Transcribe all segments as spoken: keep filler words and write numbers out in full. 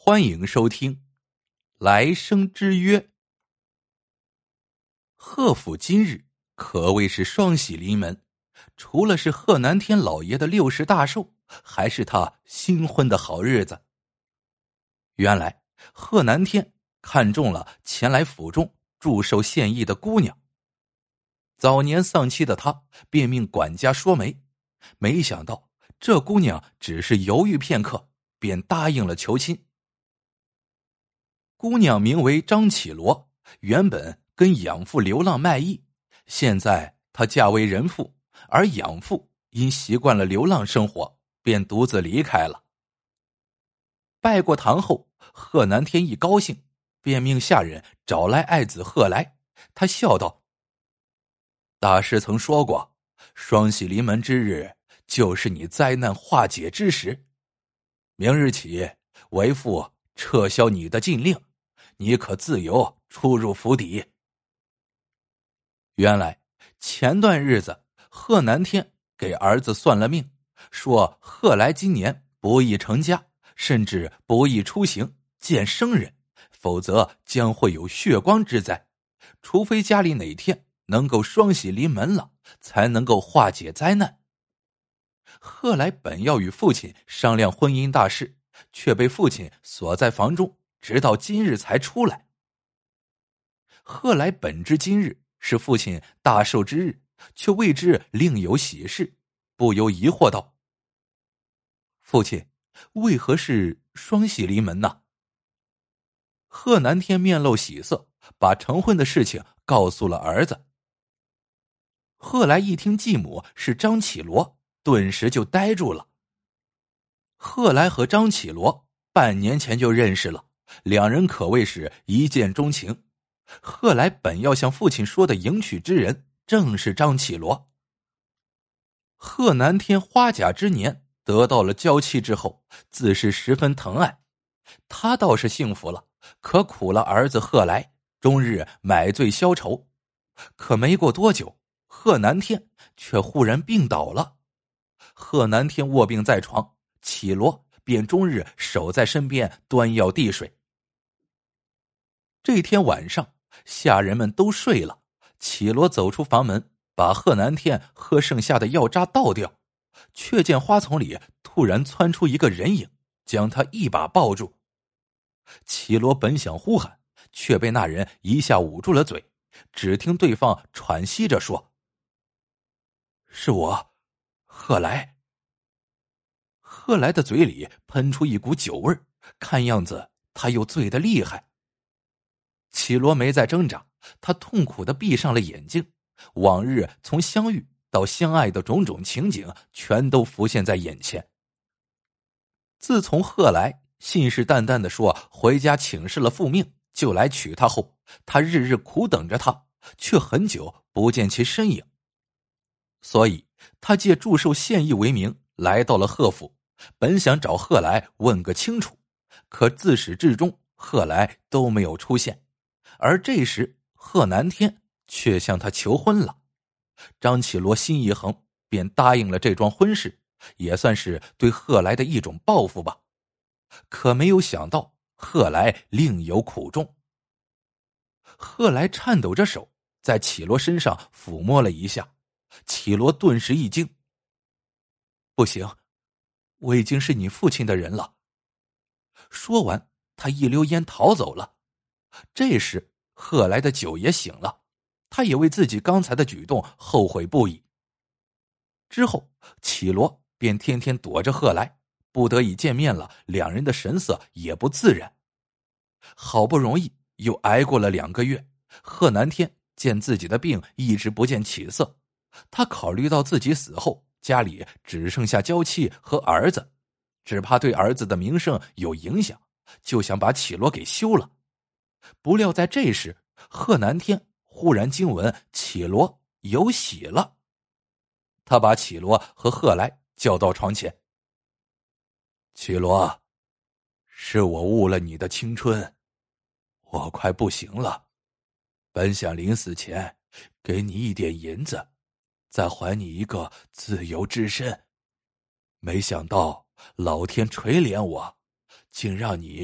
欢迎收听《来生之约》。贺府今日可谓是双喜临门，除了是贺南天老爷的六十大寿，还是他新婚的好日子。原来贺南天看中了前来府中祝寿献艺的姑娘，早年丧妻的他便命管家说媒，没想到这姑娘只是犹豫片刻，便答应了求亲。姑娘名为张启罗，原本跟养父流浪卖艺，现在她嫁为人妇，而养父因习惯了流浪生活，便独自离开了。拜过堂后，贺南天一高兴，便命下人找来爱子贺来。他笑道：大师曾说过，双喜临门之日，就是你灾难化解之时。明日起，为父撤销你的禁令，你可自由出入府邸。原来前段日子贺南天给儿子算了命，说贺来今年不易成家，甚至不易出行见生人，否则将会有血光之灾，除非家里哪天能够双喜临门了，才能够化解灾难。贺来本要与父亲商量婚姻大事，却被父亲锁在房中，直到今日才出来。贺来本知今日是父亲大寿之日，却未知另有喜事，不由疑惑道：父亲，为何是双喜临门呢？贺南天面露喜色，把成婚的事情告诉了儿子。贺来一听继母是张启罗，顿时就呆住了。贺来和张启罗半年前就认识了，两人可谓是一见钟情。贺来本要向父亲说的迎娶之人正是张启罗。贺南天花甲之年得到了娇妻之后，自是十分疼爱，他倒是幸福了，可苦了儿子贺来，终日买醉消愁。可没过多久，贺南天却忽然病倒了。贺南天卧病在床，启罗便终日守在身边端药递水。这天晚上，下人们都睡了，启罗走出房门，把贺南天喝剩下的药渣倒掉，却见花丛里突然窜出一个人影，将他一把抱住。启罗本想呼喊，却被那人一下捂住了嘴，只听对方喘息着说：是我，贺来。贺来的嘴里喷出一股酒味，看样子他又醉得厉害。启罗没再挣扎，他痛苦地闭上了眼睛，往日从相遇到相爱的种种情景全都浮现在眼前。自从贺来信誓旦旦地说回家请示了父命就来娶她后，他日日苦等着她，却很久不见其身影。所以他借祝寿献艺为名来到了贺府，本想找贺来问个清楚，可自始至终贺来都没有出现。而这时贺南天却向他求婚了。张启罗心一横，便答应了这桩婚事，也算是对贺来的一种报复吧。可没有想到贺来另有苦衷。贺来颤抖着手在启罗身上抚摸了一下，启罗顿时一惊：不行，我已经是你父亲的人了。说完，他一溜烟逃走了。这时贺来的酒也醒了，他也为自己刚才的举动后悔不已。之后启罗便天天躲着贺来，不得已见面了，两人的神色也不自然。好不容易又挨过了两个月，贺南天见自己的病一直不见起色，他考虑到自己死后家里只剩下娇妻和儿子，只怕对儿子的名声有影响，就想把启罗给休了。不料在这时，贺南天忽然惊闻启罗有喜了。他把启罗和贺来叫到床前：启罗，是我误了你的青春，我快不行了，本想临死前给你一点银子，再还你一个自由之身，没想到老天垂怜我，竟让你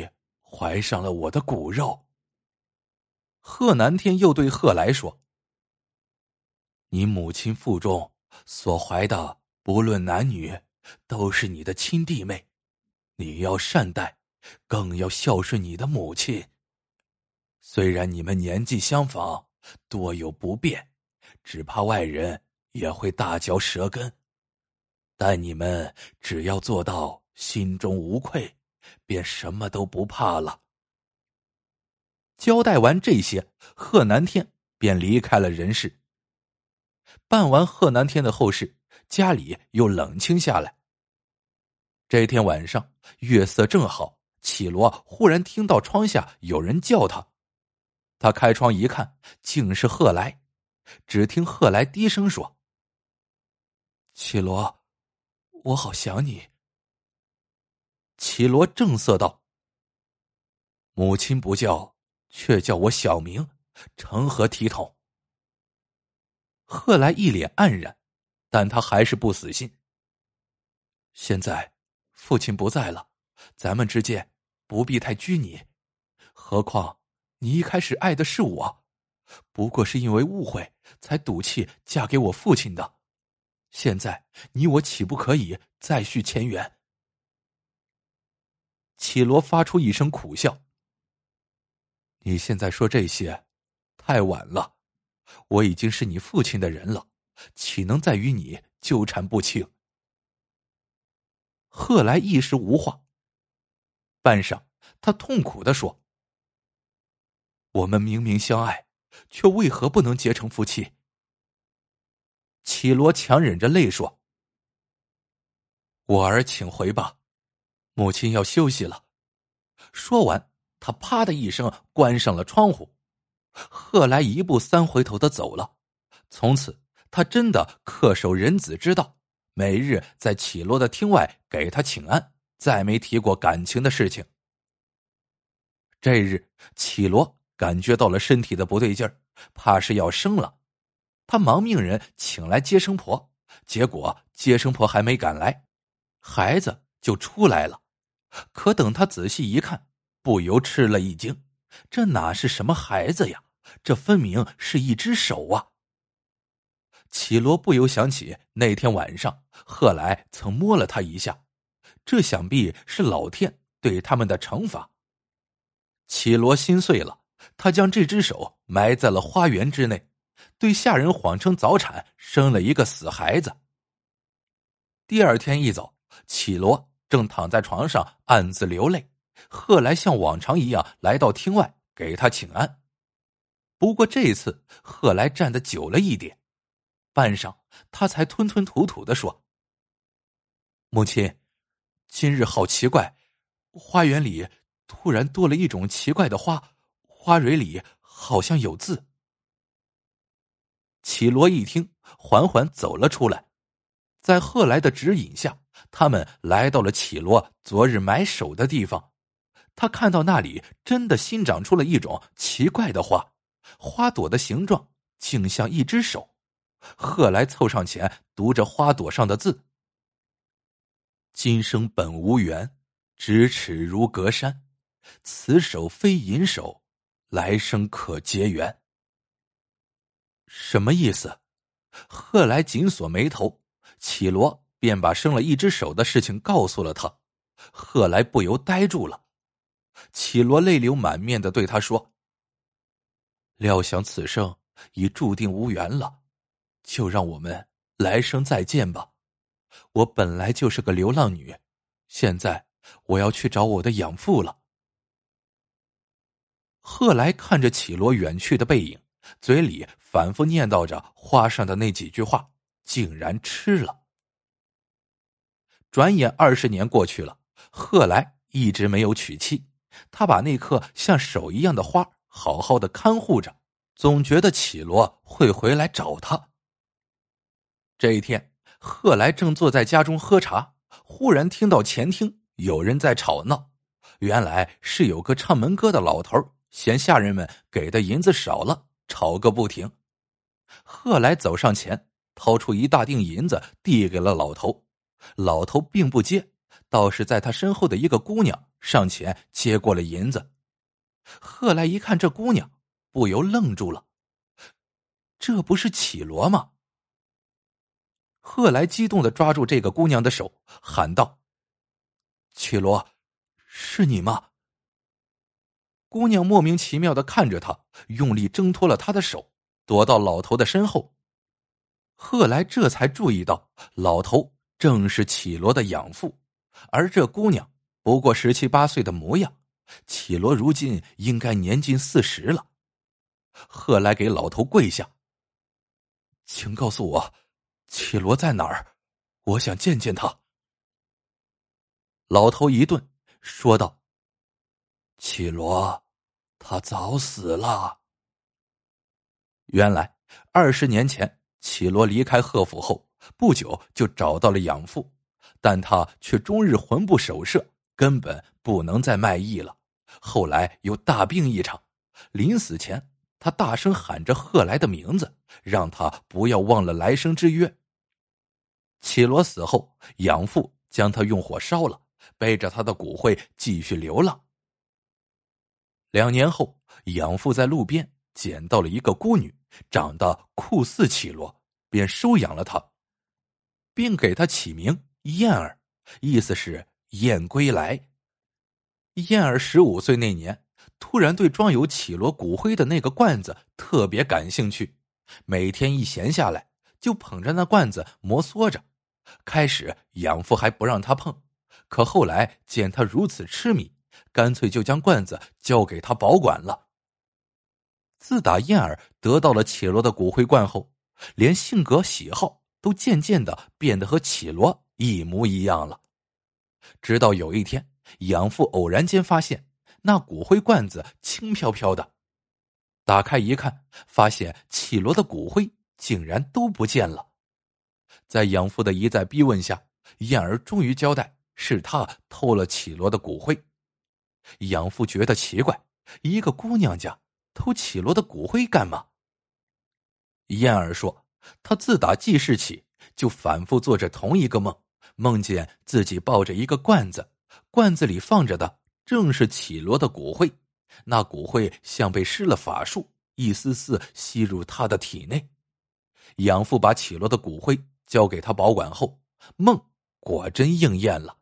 怀上了我的骨肉。贺南天又对贺来说：你母亲腹中所怀的不论男女，都是你的亲弟妹，你要善待，更要孝顺你的母亲。虽然你们年纪相仿，多有不便，只怕外人也会大嚼舌根，但你们只要做到心中无愧，便什么都不怕了。交代完这些，贺南天便离开了人世。办完贺南天的后事，家里又冷清下来。这天晚上，月色正好，绮罗忽然听到窗下有人叫他。他开窗一看，竟是贺来。只听贺来低声说：绮罗，我好想你。绮罗正色道：母亲不叫，却叫我小名，成何体统？贺来一脸黯然，但他还是不死心。现在父亲不在了，咱们之间不必太拘泥，何况你一开始爱的是我，不过是因为误会才赌气嫁给我父亲的，现在你我岂不可以再续前缘？绮罗发出一声苦笑：你现在说这些太晚了，我已经是你父亲的人了，岂能再与你纠缠不清？贺来一时无话，半晌他痛苦地说：我们明明相爱，却为何不能结成夫妻？绮罗强忍着泪说：我儿请回吧，母亲要休息了。说完，他啪的一声关上了窗户。贺来一步三回头的走了。从此他真的恪守人子之道，每日在绮罗的厅外给他请安，再没提过感情的事情。这日，绮罗感觉到了身体的不对劲儿，怕是要生了。他忙命人请来接生婆，结果接生婆还没赶来，孩子就出来了。可等他仔细一看，不由吃了一惊，这哪是什么孩子呀，这分明是一只手啊！绮罗不由想起那天晚上贺来曾摸了他一下，这想必是老天对他们的惩罚。绮罗心碎了，他将这只手埋在了花园之内，对下人谎称早产，生了一个死孩子。第二天一早，绮罗正躺在床上暗自流泪，贺来像往常一样来到厅外给他请安。不过这次贺来站得久了一点，半晌他才吞吞吐吐地说：母亲，今日好奇怪，花园里突然多了一种奇怪的花，花蕊里好像有字。绮罗一听，缓缓走了出来。在贺来的指引下，他们来到了绮罗昨日埋首的地方。他看到那里真的新长出了一种奇怪的花，花朵的形状竟像一只手。贺来凑上前读着花朵上的字：今生本无缘，咫尺如隔山，此手非银手，来生可结缘。什么意思？贺来紧锁眉头，绮罗便把生了一只手的事情告诉了他。贺来不由呆住了。绮罗泪流满面地对他说：料想此生已注定无缘了，就让我们来生再见吧。我本来就是个流浪女，现在我要去找我的养父了。贺来看着绮罗远去的背影，嘴里反复念叨着花上的那几句话，竟然吃了。转眼二十年过去了，贺来一直没有娶妻，他把那颗像手一样的花好好的看护着，总觉得绮罗会回来找他。这一天，贺来正坐在家中喝茶，忽然听到前厅有人在吵闹，原来是有个唱门歌的老头嫌下人们给的银子少了，吵个不停。贺来走上前，掏出一大锭银子递给了老头，老头并不接， 倒是在他身后的一个姑娘上前接过了银子。贺来一看这姑娘，不由愣住了，这不是绮罗吗？贺来激动地抓住这个姑娘的手，喊道：绮罗，是你吗？姑娘莫名其妙地看着他，用力挣脱了他的手，躲到老头的身后。贺来这才注意到，老头正是绮罗的养父，而这姑娘不过十七八岁的模样，绮罗如今应该年近四十了。贺来给老头跪下：请告诉我，绮罗在哪儿？我想见见她。老头一顿，说道：绮罗，她早死了。原来二十年前，绮罗离开贺府后不久就找到了养父，但他却终日魂不守舍，根本不能再卖艺了。后来又大病一场，临死前他大声喊着贺来的名字，让他不要忘了来生之约。绮罗死后，养父将他用火烧了，背着他的骨灰继续流浪。两年后，养父在路边捡到了一个孤女，长得酷似绮罗，便收养了她，并给她起名燕儿，意思是燕归来。燕儿十五岁那年，突然对装有绮罗骨灰的那个罐子特别感兴趣，每天一闲下来就捧着那罐子摩挲着。开始养父还不让他碰，可后来见他如此痴迷，干脆就将罐子交给他保管了。自打燕儿得到了绮罗的骨灰罐后，连性格喜好都渐渐的变得和绮罗一模一样了。直到有一天，养父偶然间发现那骨灰罐子轻飘飘的，打开一看，发现绮罗的骨灰竟然都不见了。在养父的一再逼问下，燕儿终于交代是他偷了绮罗的骨灰。养父觉得奇怪，一个姑娘家偷绮罗的骨灰干嘛？燕儿说，她自打记事起就反复做着同一个梦，梦见自己抱着一个罐子，罐子里放着的正是绮罗的骨灰，那骨灰像被施了法术，一丝丝吸入她的体内。养父把绮罗的骨灰交给他保管后，梦果真应验了。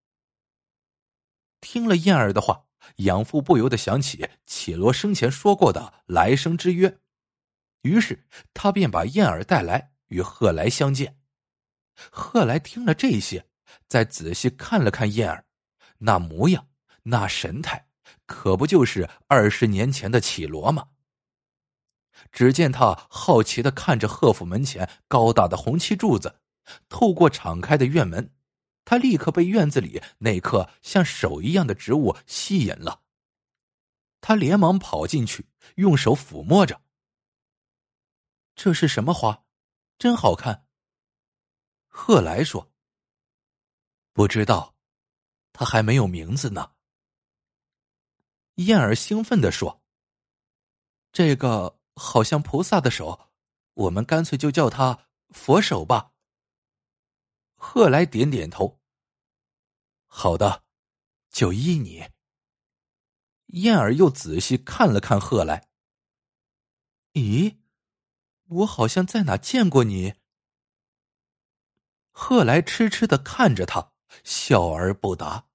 听了燕儿的话，养父不由得想起绮罗生前说过的来生之约，于是他便把燕儿带来与贺来相见。贺来听了这些，再仔细看了看燕儿，那模样，那神态，可不就是二十年前的绮罗吗？只见他好奇地看着贺府门前高大的红漆柱子，透过敞开的院门，他立刻被院子里那棵像手一样的植物吸引了。他连忙跑进去，用手抚摸着。这是什么花？真好看。贺来说。不知道，它还没有名字呢。燕儿兴奋地说，这个好像菩萨的手，我们干脆就叫它佛手吧。贺来点点头。好的，就依你。燕儿又仔细看了看贺来。咦，我好像在哪见过你。贺来痴痴地看着他，笑而不答。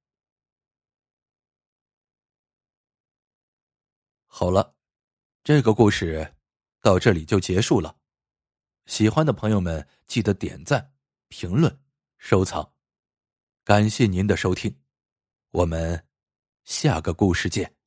好了，这个故事到这里就结束了。喜欢的朋友们记得点赞、评论、收藏。感谢您的收听，我们下个故事见。